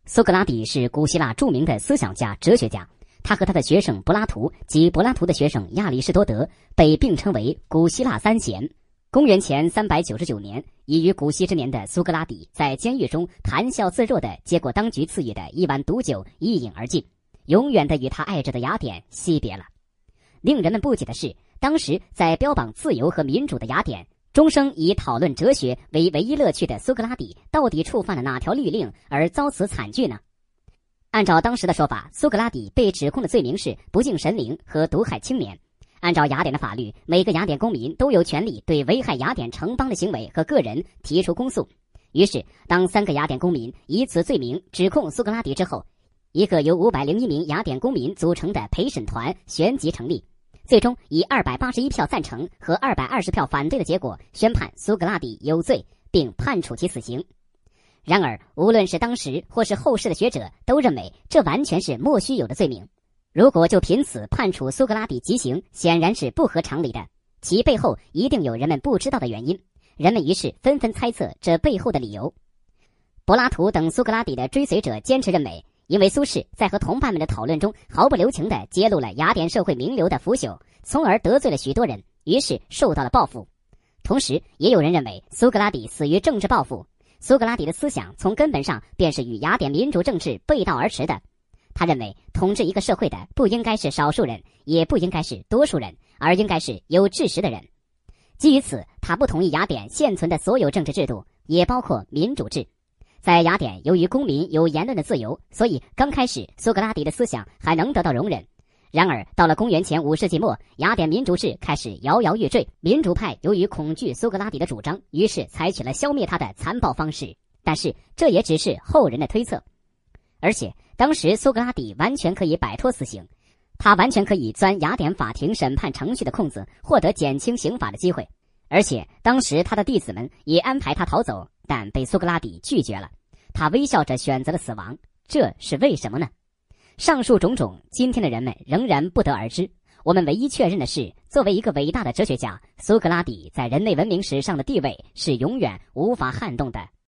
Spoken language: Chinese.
苏格拉底是古希腊著名的思想家、哲学家，他和他的学生柏拉图及柏拉图的学生亚里士多德被并称为古希腊三贤。公元前399年，已于古稀之年的苏格拉底在监狱中谈笑自若地接过当局赐予的一碗毒酒，一饮而尽，永远地与他爱着的雅典惜别了。令人们不解的是，当时在标榜自由和民主的雅典，终生以讨论哲学为唯一乐趣的苏格拉底，到底触犯了哪条律令而遭此惨剧呢？按照当时的说法，苏格拉底被指控的罪名是不敬神灵和毒害青年。按照雅典的法律，每个雅典公民都有权利对危害雅典城邦的行为和个人提出公诉。于是，当3个雅典公民以此罪名指控苏格拉底之后，一个由501名雅典公民组成的陪审团旋即成立，最终以281票赞成和220票反对的结果宣判苏格拉底有罪，并判处其死刑。然而，无论是当时或是后世的学者都认为这完全是莫须有的罪名。如果就凭此判处苏格拉底极刑，显然是不合常理的，其背后一定有人们不知道的原因。人们于是纷纷猜测这背后的理由。柏拉图等苏格拉底的追随者坚持认为，因为苏轼在和同伴们的讨论中毫不留情地揭露了雅典社会名流的腐朽，从而得罪了许多人，于是受到了报复。同时，也有人认为苏格拉底死于政治报复。苏格拉底的思想从根本上便是与雅典民主政治背道而驰的。他认为统治一个社会的不应该是少数人，也不应该是多数人，而应该是有知识的人。基于此，他不同意雅典现存的所有政治制度，也包括民主制。在雅典，由于公民有言论的自由，所以刚开始苏格拉底的思想还能得到容忍。然而到了公元前5世纪末，雅典民主制开始摇摇欲坠，民主派由于恐惧苏格拉底的主张，于是采取了消灭他的残暴方式。但是这也只是后人的推测。而且当时苏格拉底完全可以摆脱死刑，他完全可以钻雅典法庭审判程序的空子，获得减轻刑罚的机会。而且当时他的弟子们也安排他逃走，但被苏格拉底拒绝了。他微笑着选择了死亡，这是为什么呢？上述种种，今天的人们仍然不得而知。我们唯一确认的是，作为一个伟大的哲学家，苏格拉底在人类文明史上的地位是永远无法撼动的。